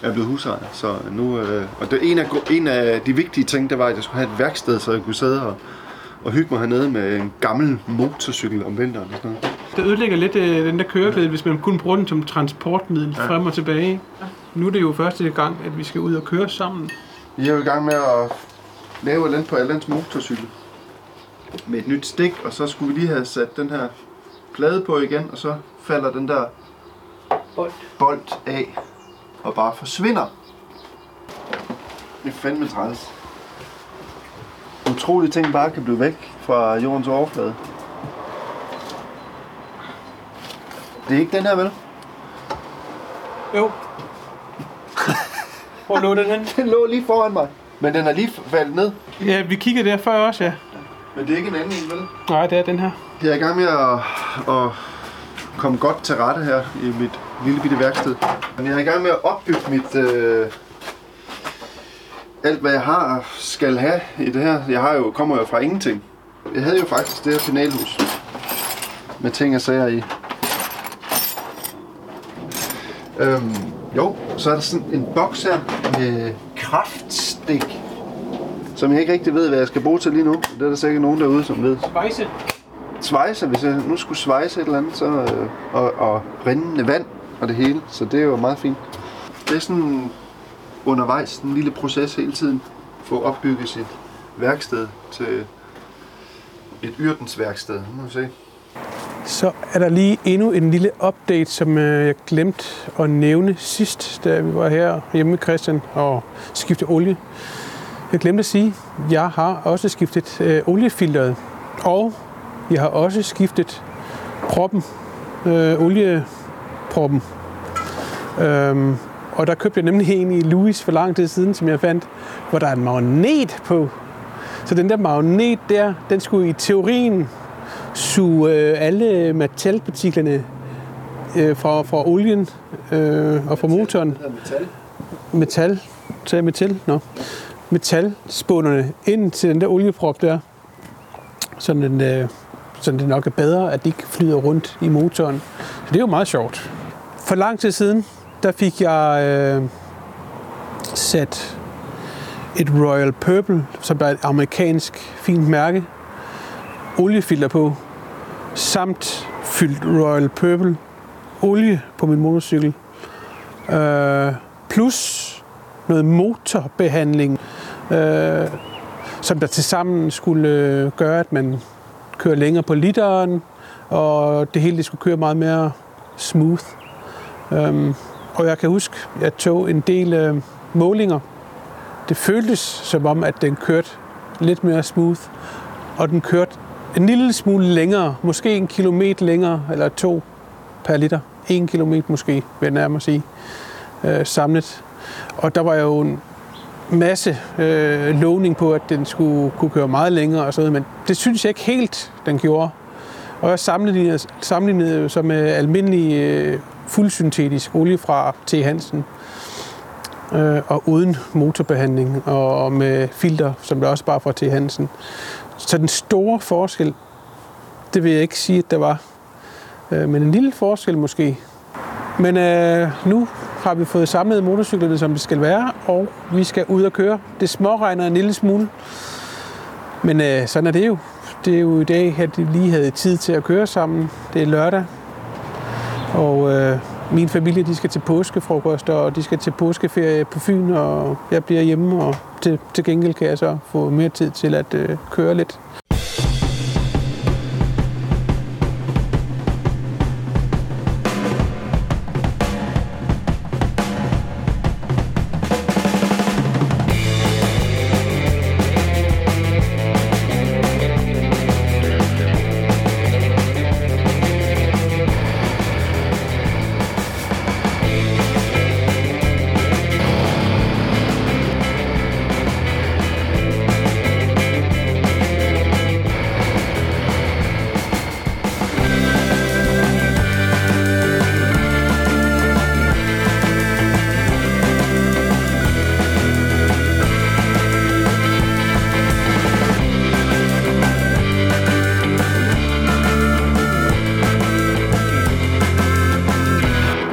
er blevet husejer. Så nu, og det en af de vigtige ting, det var, at jeg skulle have et værksted, så jeg kunne sidde og hygge mig hernede med en gammel motorcykel om vinteren og sådan noget. Det ødelægger lidt den der køreglæde, hvis man kun bruger den som transportmiddel frem og tilbage. Ja. Nu er det jo første gang, at vi skal ud og køre sammen. Vi er jo i gang med at lave et eller andet på Allans motorcykel med et nyt stik, og så skulle vi lige have sat den her plade på igen, og så falder den der bold af og bare forsvinder. Det er fandme træls. Utrolige ting bare kan blive væk fra jordens overflade. Det er ikke den her, vel? Jo. Hvor lå den hen? Den lå lige foran mig. Men den er lige faldet ned. Ja, vi kiggede der før også, ja. Men det er ikke en anden en, vel? Nej, det er den her. Jeg er i gang med at komme godt til rette her i mit lille bitte værksted. Jeg er i gang med at opbygge mit... alt hvad jeg har skal have i det her. Jeg kommer jo fra ingenting. Jeg havde jo faktisk det her finalhus med ting og sager i. Så er der sådan en boks her med kraftstik, som jeg ikke rigtig ved, hvad jeg skal bruge til lige nu. Det er der sikkert nogen derude, som ved. Svejse, hvis jeg nu skulle svejse et eller andet, så, og rindende vand og det hele, så det er jo meget fint. Det er sådan undervejs en lille proces hele tiden, for at opbygge sit værksted til et yrtensværksted. Nu må vi se. Så er der lige endnu en lille update, som jeg glemte at nævne sidst, da vi var her hjemme med Christian og skiftede olie. Jeg glemte at sige, at jeg har også skiftet oliefilteret, og jeg har også skiftet proppen, olieproppen. Og der købte jeg nemlig en i Louis for lang tid siden, som jeg fandt, hvor der er en magnet på. Så den der magnet der, den skulle i teorien suge alle metalpartiklerne fra olien og fra motoren. Metalspånerne ind til den der olieprop der, så det nok er bedre, at de ikke flyder rundt i motoren. Så det er jo meget sjovt. For lang tid siden, der fik jeg sat et Royal Purple, som der er et amerikansk fint mærke, oliefilter på, samt fyldt Royal Purple olie på min motorcykel. Plus noget motorbehandling, som der tilsammen skulle gøre, at man kører længere på literen, og det hele det skulle køre meget mere smooth. Og jeg kan huske, at jeg tog en del målinger. Det føltes som om, at den kørte lidt mere smooth, og den kørte en lille smule længere, måske 1 kilometer længere, eller 2 per liter. 1 kilometer måske, vil jeg nærmere sige, samlet. Og der var jo en masse lovning på, at den skulle kunne køre meget længere og sådan noget, men det synes jeg ikke helt, den gjorde. Og jeg sammenlignede så med almindelig fuldsyntetisk olie fra T. Hansen, og uden motorbehandling, og med filter, som der også bare fra T. Hansen. Så den store forskel, det vil jeg ikke sige, at der var. Men en lille forskel måske. Men nu har vi fået samlet motorcyklerne, som det skal være, og vi skal ud og køre. Det småregner en lille smule. Men sådan er det jo. Det er jo i dag, at vi lige havde tid til at køre sammen. Det er lørdag. Og min familie, de skal til påskefrokost, og de skal til påskeferie på Fyn, og jeg bliver hjemme, og til gengæld kan jeg så få mere tid til at køre lidt.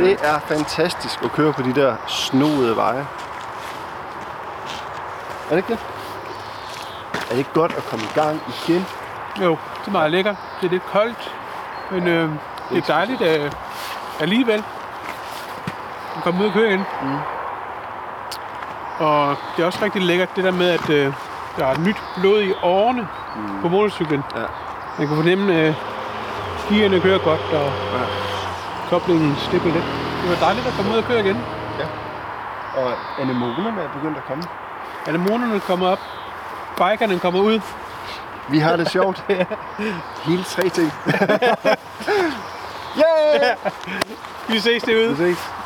Det er fantastisk at køre på de der snoede veje. Er det ikke det? Er det ikke godt at komme i gang igen? Jo, det er meget lækkert. Det er lidt koldt, men det er dejligt alligevel at komme ud og køre igen. Og det er også rigtig lækkert det der med, at der er nyt blod i årene på motorcyklen. Ja. Man kan fornemme, at gearne kører godt, og koblingen slipper lidt. Det var dejligt at komme ud og køre igen. Ja. Og anemonerne er begyndt at komme. Anemonerne kommer op. Bikerne kommer ud. Vi har det sjovt. Hele 3 ting. Yeah! Vi ses derude. Vi ses.